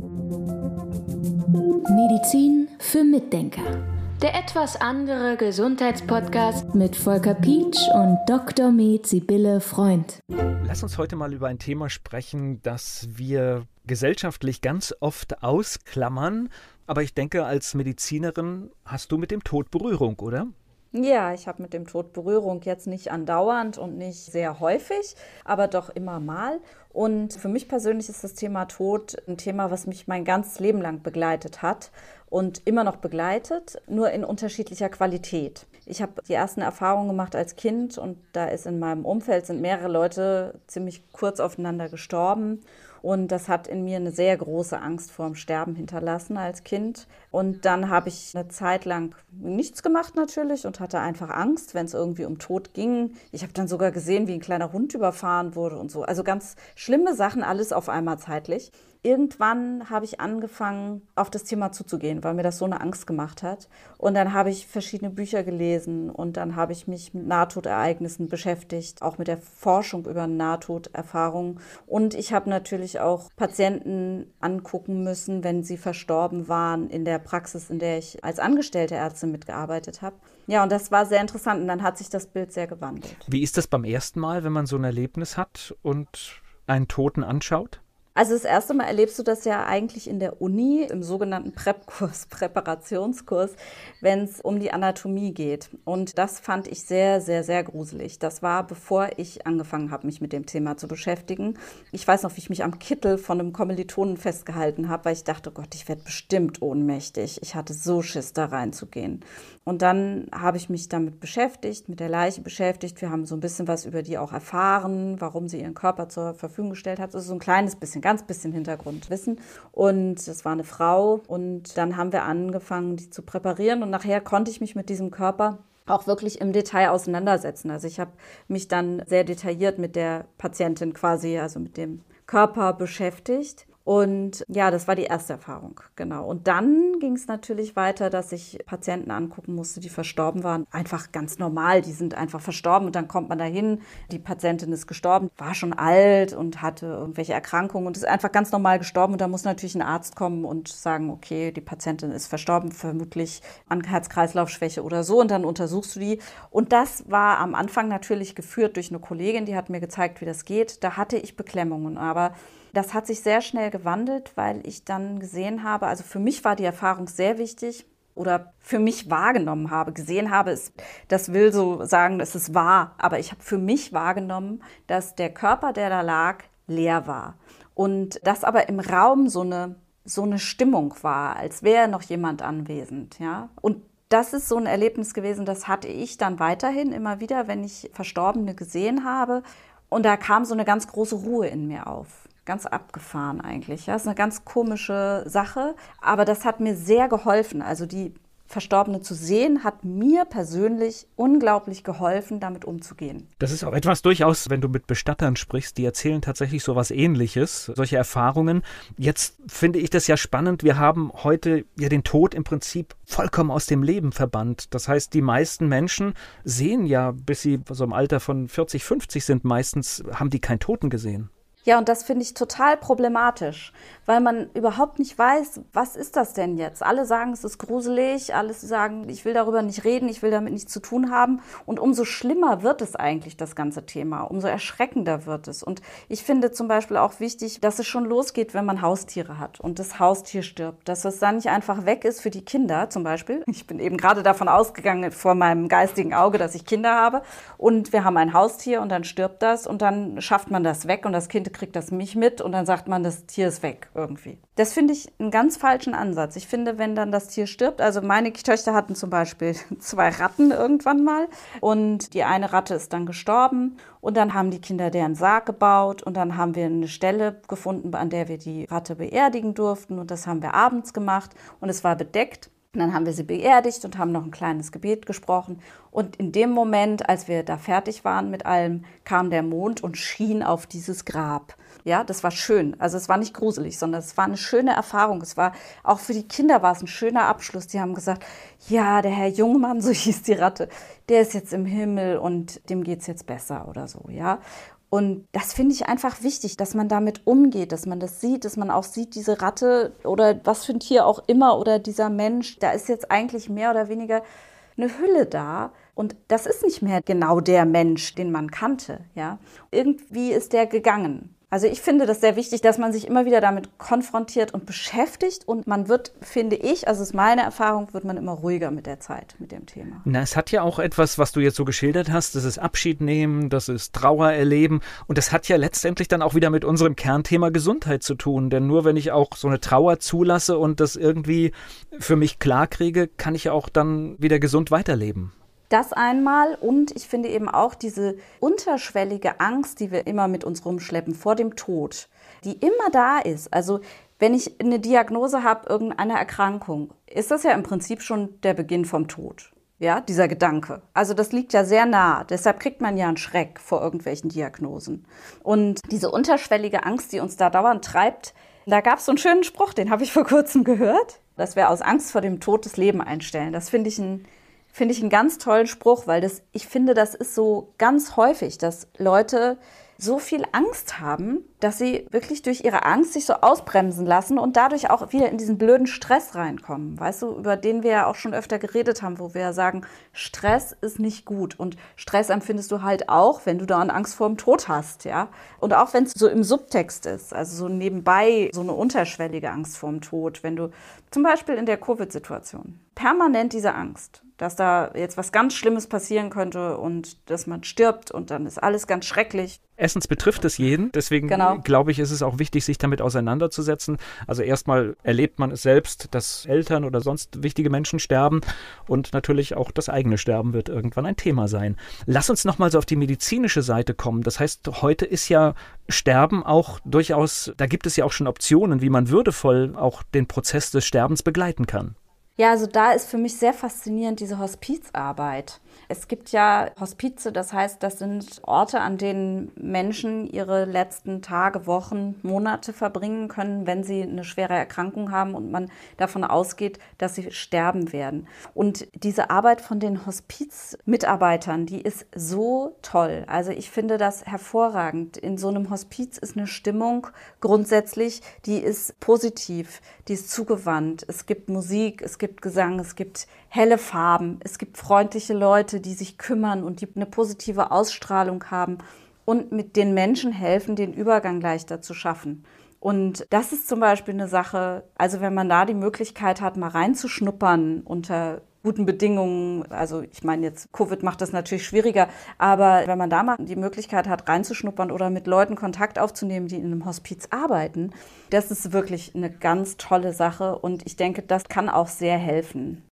Medizin für Mitdenker. Der etwas andere Gesundheitspodcast mit Volker Pietsch und Dr. Med Sibylle Freund. Lass uns heute mal über ein Thema sprechen, das wir gesellschaftlich ganz oft ausklammern. Aber ich denke, als Medizinerin hast du mit dem Tod Berührung, oder? Ja, ich habe mit dem Tod Berührung, jetzt nicht andauernd und nicht sehr häufig, aber doch immer mal. Und für mich persönlich ist das Thema Tod ein Thema, was mich mein ganzes Leben lang begleitet hat und immer noch begleitet, nur in unterschiedlicher Qualität. Ich habe die ersten Erfahrungen gemacht als Kind und da ist in meinem Umfeld sind mehrere Leute ziemlich kurz aufeinander gestorben. Und das hat in mir eine sehr große Angst vor dem Sterben hinterlassen als Kind. Und dann habe ich eine Zeit lang nichts gemacht natürlich und hatte einfach Angst, wenn es irgendwie um Tod ging. Ich habe dann sogar gesehen, wie ein kleiner Hund überfahren wurde und so. Also ganz schlimme Sachen, alles auf einmal zeitlich. Irgendwann habe ich angefangen, auf das Thema zuzugehen, weil mir das so eine Angst gemacht hat. Und dann habe ich verschiedene Bücher gelesen und dann habe ich mich mit Nahtodereignissen beschäftigt, auch mit der Forschung über Nahtoderfahrungen. Und ich habe natürlich auch Patienten angucken müssen, wenn sie verstorben waren in der Praxis, in der ich als angestellte Ärztin mitgearbeitet habe. Ja, und das war sehr interessant und dann hat sich das Bild sehr gewandelt. Wie ist das beim ersten Mal, wenn man so ein Erlebnis hat und einen Toten anschaut? Also das erste Mal erlebst du das ja eigentlich in der Uni, im sogenannten PrEP-Kurs, Präparationskurs, wenn es um die Anatomie geht. Und das fand ich sehr, sehr, sehr gruselig. Das war, bevor ich angefangen habe, mich mit dem Thema zu beschäftigen. Ich weiß noch, wie ich mich am Kittel von einem Kommilitonen festgehalten habe, weil ich dachte, oh Gott, ich werde bestimmt ohnmächtig. Ich hatte so Schiss, da reinzugehen. Und dann habe ich mich damit beschäftigt, mit der Leiche beschäftigt. Wir haben so ein bisschen was über die auch erfahren, warum sie ihren Körper zur Verfügung gestellt hat. Also so ein kleines bisschen, ganz bisschen Hintergrundwissen. Und das war eine Frau. Und dann haben wir angefangen, die zu präparieren. Und nachher konnte ich mich mit diesem Körper auch wirklich im Detail auseinandersetzen. Also ich habe mich dann sehr detailliert mit der Patientin quasi, also mit dem Körper beschäftigt. Und ja, das war die erste Erfahrung, genau. Und dann ging es natürlich weiter, dass ich Patienten angucken musste, die verstorben waren. Einfach ganz normal, die sind einfach verstorben und dann kommt man dahin, die Patientin ist gestorben, war schon alt und hatte irgendwelche Erkrankungen und ist einfach ganz normal gestorben. Und da muss natürlich ein Arzt kommen und sagen, okay, die Patientin ist verstorben, vermutlich an Herz-Kreislauf-Schwäche oder so. Und dann untersuchst du die. Und das war am Anfang natürlich geführt durch eine Kollegin, die hat mir gezeigt, wie das geht. Da hatte ich Beklemmungen, aber das hat sich sehr schnell gewandelt, weil ich dann gesehen habe, also für mich war die Erfahrung sehr wichtig oder für mich wahrgenommen habe, gesehen habe, das will so sagen, dass es wahr, aber ich habe für mich wahrgenommen, dass der Körper, der da lag, leer war und dass aber im Raum so eine Stimmung war, als wäre noch jemand anwesend, ja. Und das ist so ein Erlebnis gewesen, das hatte ich dann weiterhin immer wieder, wenn ich Verstorbene gesehen habe und da kam so eine ganz große Ruhe in mir auf. Ganz abgefahren eigentlich. Ja, das ist eine ganz komische Sache, aber das hat mir sehr geholfen. Also die Verstorbene zu sehen, hat mir persönlich unglaublich geholfen, damit umzugehen. Das ist auch etwas durchaus, wenn du mit Bestattern sprichst, die erzählen tatsächlich so was Ähnliches, solche Erfahrungen. Jetzt finde ich das ja spannend, wir haben heute ja den Tod im Prinzip vollkommen aus dem Leben verbannt. Das heißt, die meisten Menschen sehen ja, bis sie so im Alter von 40, 50 sind, meistens haben die keinen Toten gesehen. Ja, und das finde ich total problematisch, weil man überhaupt nicht weiß, was ist das denn jetzt? Alle sagen, es ist gruselig, alle sagen, ich will darüber nicht reden, ich will damit nichts zu tun haben. Und umso schlimmer wird es eigentlich, das ganze Thema, umso erschreckender wird es. Und ich finde zum Beispiel auch wichtig, dass es schon losgeht, wenn man Haustiere hat und das Haustier stirbt, dass es dann nicht einfach weg ist für die Kinder zum Beispiel. Ich bin eben gerade davon ausgegangen, vor meinem geistigen Auge, dass ich Kinder habe und wir haben ein Haustier und dann stirbt das und dann schafft man das weg und das Kind kriegt das nicht mit und dann sagt man, das Tier ist weg irgendwie. Das finde ich einen ganz falschen Ansatz. Ich finde, wenn dann das Tier stirbt, also meine Töchter hatten zum Beispiel 2 Ratten irgendwann mal und die eine Ratte ist dann gestorben und dann haben die Kinder deren Sarg gebaut und dann haben wir eine Stelle gefunden, an der wir die Ratte beerdigen durften und das haben wir abends gemacht und es war bedeckt. Und dann haben wir sie beerdigt und haben noch ein kleines Gebet gesprochen. Und in dem Moment, als wir da fertig waren mit allem, kam der Mond und schien auf dieses Grab. Ja, das war schön. Also es war nicht gruselig, sondern es war eine schöne Erfahrung. Es war auch für die Kinder war es ein schöner Abschluss. Die haben gesagt, ja, der Herr Jungmann, so hieß die Ratte, der ist jetzt im Himmel und dem geht's jetzt besser oder so, ja. Und das finde ich einfach wichtig, dass man damit umgeht, dass man das sieht, dass man auch sieht, diese Ratte oder was für ein Tier auch immer oder dieser Mensch, da ist jetzt eigentlich mehr oder weniger eine Hülle da. Und das ist nicht mehr genau der Mensch, den man kannte. Ja? Irgendwie ist der gegangen. Also ich finde das sehr wichtig, dass man sich immer wieder damit konfrontiert und beschäftigt. Und man wird, finde ich, also ist meine Erfahrung, wird man immer ruhiger mit der Zeit, mit dem Thema. Na, es hat ja auch etwas, was du jetzt so geschildert hast, das ist Abschied nehmen, das ist Trauer erleben. Und das hat ja letztendlich dann auch wieder mit unserem Kernthema Gesundheit zu tun. Denn nur wenn ich auch so eine Trauer zulasse und das irgendwie für mich klar kriege, kann ich ja auch dann wieder gesund weiterleben. Das einmal und ich finde eben auch diese unterschwellige Angst, die wir immer mit uns rumschleppen vor dem Tod, die immer da ist. Also wenn ich eine Diagnose habe, irgendeine Erkrankung, ist das ja im Prinzip schon der Beginn vom Tod. Ja, dieser Gedanke. Also das liegt ja sehr nah. Deshalb kriegt man ja einen Schreck vor irgendwelchen Diagnosen. Und diese unterschwellige Angst, die uns da dauernd treibt, da gab es so einen schönen Spruch, den habe ich vor kurzem gehört, dass wir aus Angst vor dem Tod das Leben einstellen. Das finde ich einen ganz tollen Spruch, weil ich finde, das ist so ganz häufig, dass Leute so viel Angst haben, dass sie wirklich durch ihre Angst sich so ausbremsen lassen und dadurch auch wieder in diesen blöden Stress reinkommen. Weißt du, über den wir ja auch schon öfter geredet haben, wo wir ja sagen, Stress ist nicht gut. Und Stress empfindest du halt auch, wenn du da Angst vor dem Tod hast, ja. Und auch wenn es so im Subtext ist, also so nebenbei so eine unterschwellige Angst vor dem Tod, wenn du zum Beispiel in der Covid-Situation permanent diese Angst, dass da jetzt was ganz Schlimmes passieren könnte und dass man stirbt und dann ist alles ganz schrecklich. Erstens betrifft es jeden, deswegen glaube ich, ist es auch wichtig, sich damit auseinanderzusetzen. Also erstmal erlebt man es selbst, dass Eltern oder sonst wichtige Menschen sterben und natürlich auch das eigene Sterben wird irgendwann ein Thema sein. Lass uns nochmal so auf die medizinische Seite kommen. Das heißt, heute ist ja Sterben auch durchaus, da gibt es ja auch schon Optionen, wie man würdevoll auch den Prozess des Sterbens begleiten kann. Ja, also da ist für mich sehr faszinierend diese Hospizarbeit. Es gibt ja Hospize, das heißt, das sind Orte, an denen Menschen ihre letzten Tage, Wochen, Monate verbringen können, wenn sie eine schwere Erkrankung haben und man davon ausgeht, dass sie sterben werden. Und diese Arbeit von den Hospizmitarbeitern, die ist so toll. Also ich finde das hervorragend. In so einem Hospiz ist eine Stimmung grundsätzlich, die ist positiv, die ist zugewandt. Es gibt Musik, es gibt Gesang, es gibt helle Farben, es gibt freundliche Leute, die sich kümmern und die eine positive Ausstrahlung haben und mit den Menschen helfen, den Übergang leichter zu schaffen. Und das ist zum Beispiel eine Sache, also wenn man da die Möglichkeit hat, mal reinzuschnuppern unter guten Bedingungen, also ich meine jetzt, Covid macht das natürlich schwieriger, aber wenn man da mal die Möglichkeit hat, reinzuschnuppern oder mit Leuten Kontakt aufzunehmen, die in einem Hospiz arbeiten, das ist wirklich eine ganz tolle Sache und ich denke, das kann auch sehr helfen.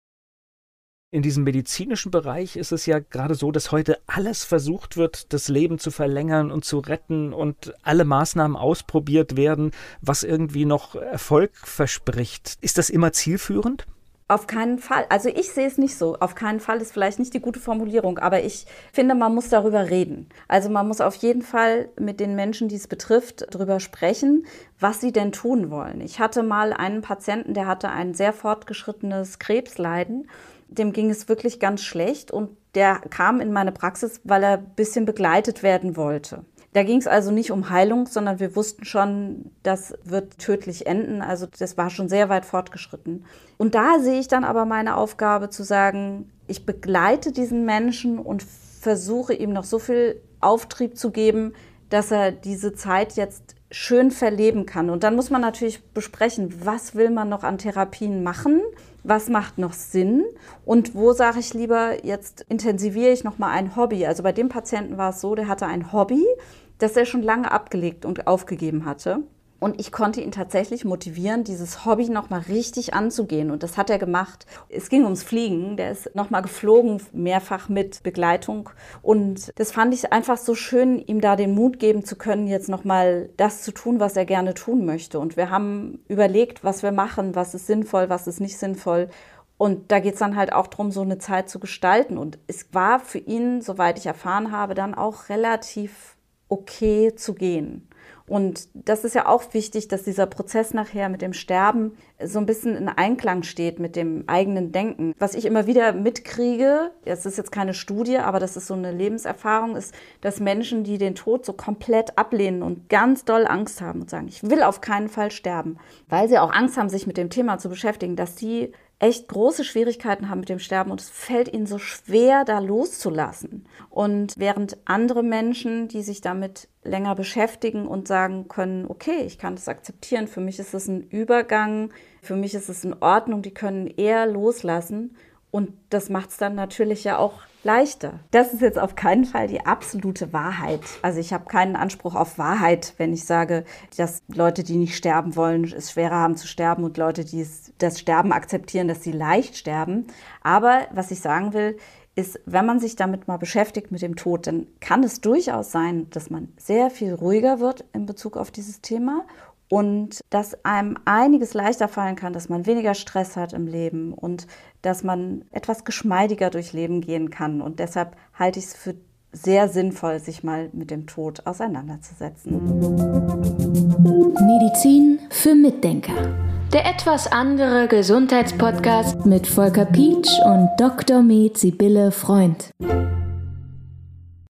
In diesem medizinischen Bereich ist es ja gerade so, dass heute alles versucht wird, das Leben zu verlängern und zu retten und alle Maßnahmen ausprobiert werden, was irgendwie noch Erfolg verspricht. Ist das immer zielführend? Auf keinen Fall. Also ich sehe es nicht so. Auf keinen Fall ist vielleicht nicht die gute Formulierung, aber ich finde, man muss darüber reden. Also man muss auf jeden Fall mit den Menschen, die es betrifft, darüber sprechen, was sie denn tun wollen. Ich hatte mal einen Patienten, der hatte ein sehr fortgeschrittenes Krebsleiden. Dem ging es wirklich ganz schlecht und der kam in meine Praxis, weil er ein bisschen begleitet werden wollte. Da ging es also nicht um Heilung, sondern wir wussten schon, das wird tödlich enden. Also das war schon sehr weit fortgeschritten. Und da sehe ich dann aber meine Aufgabe zu sagen, ich begleite diesen Menschen und versuche ihm noch so viel Auftrieb zu geben, dass er diese Zeit jetzt schön verleben kann. Und dann muss man natürlich besprechen, was will man noch an Therapien machen, was macht noch Sinn und wo sage ich lieber, jetzt intensiviere ich nochmal ein Hobby. Also bei dem Patienten war es so, der hatte ein Hobby, das er schon lange abgelegt und aufgegeben hatte. Und ich konnte ihn tatsächlich motivieren, dieses Hobby nochmal richtig anzugehen. Und das hat er gemacht. Es ging ums Fliegen. Der ist nochmal geflogen, mehrfach mit Begleitung. Und das fand ich einfach so schön, ihm da den Mut geben zu können, jetzt nochmal das zu tun, was er gerne tun möchte. Und wir haben überlegt, was wir machen, was ist sinnvoll, was ist nicht sinnvoll. Und da geht es dann halt auch darum, so eine Zeit zu gestalten. Und es war für ihn, soweit ich erfahren habe, dann auch relativ okay zu gehen. Und das ist ja auch wichtig, dass dieser Prozess nachher mit dem Sterben so ein bisschen in Einklang steht mit dem eigenen Denken. Was ich immer wieder mitkriege, es ist jetzt keine Studie, aber das ist so eine Lebenserfahrung, ist, dass Menschen, die den Tod so komplett ablehnen und ganz doll Angst haben und sagen, ich will auf keinen Fall sterben, weil sie auch Angst haben, sich mit dem Thema zu beschäftigen, dass die echt große Schwierigkeiten haben mit dem Sterben und es fällt ihnen so schwer, da loszulassen. Und während andere Menschen, die sich damit länger beschäftigen und sagen können, okay, ich kann das akzeptieren, für mich ist es ein Übergang, für mich ist es in Ordnung, die können eher loslassen und das macht es dann natürlich ja auch leichter. Das ist jetzt auf keinen Fall die absolute Wahrheit. Also ich habe keinen Anspruch auf Wahrheit, wenn ich sage, dass Leute, die nicht sterben wollen, es schwerer haben zu sterben und Leute, die das Sterben akzeptieren, dass sie leicht sterben. Aber was ich sagen will, ist, wenn man sich damit mal beschäftigt mit dem Tod, dann kann es durchaus sein, dass man sehr viel ruhiger wird in Bezug auf dieses Thema und dass einem einiges leichter fallen kann, dass man weniger Stress hat im Leben und dass man etwas geschmeidiger durchs Leben gehen kann. Und deshalb halte ich es für sehr sinnvoll, sich mal mit dem Tod auseinanderzusetzen. Medizin für Mitdenker. Der etwas andere Gesundheitspodcast mit Volker Pietsch und Dr. Med Sibylle Freund.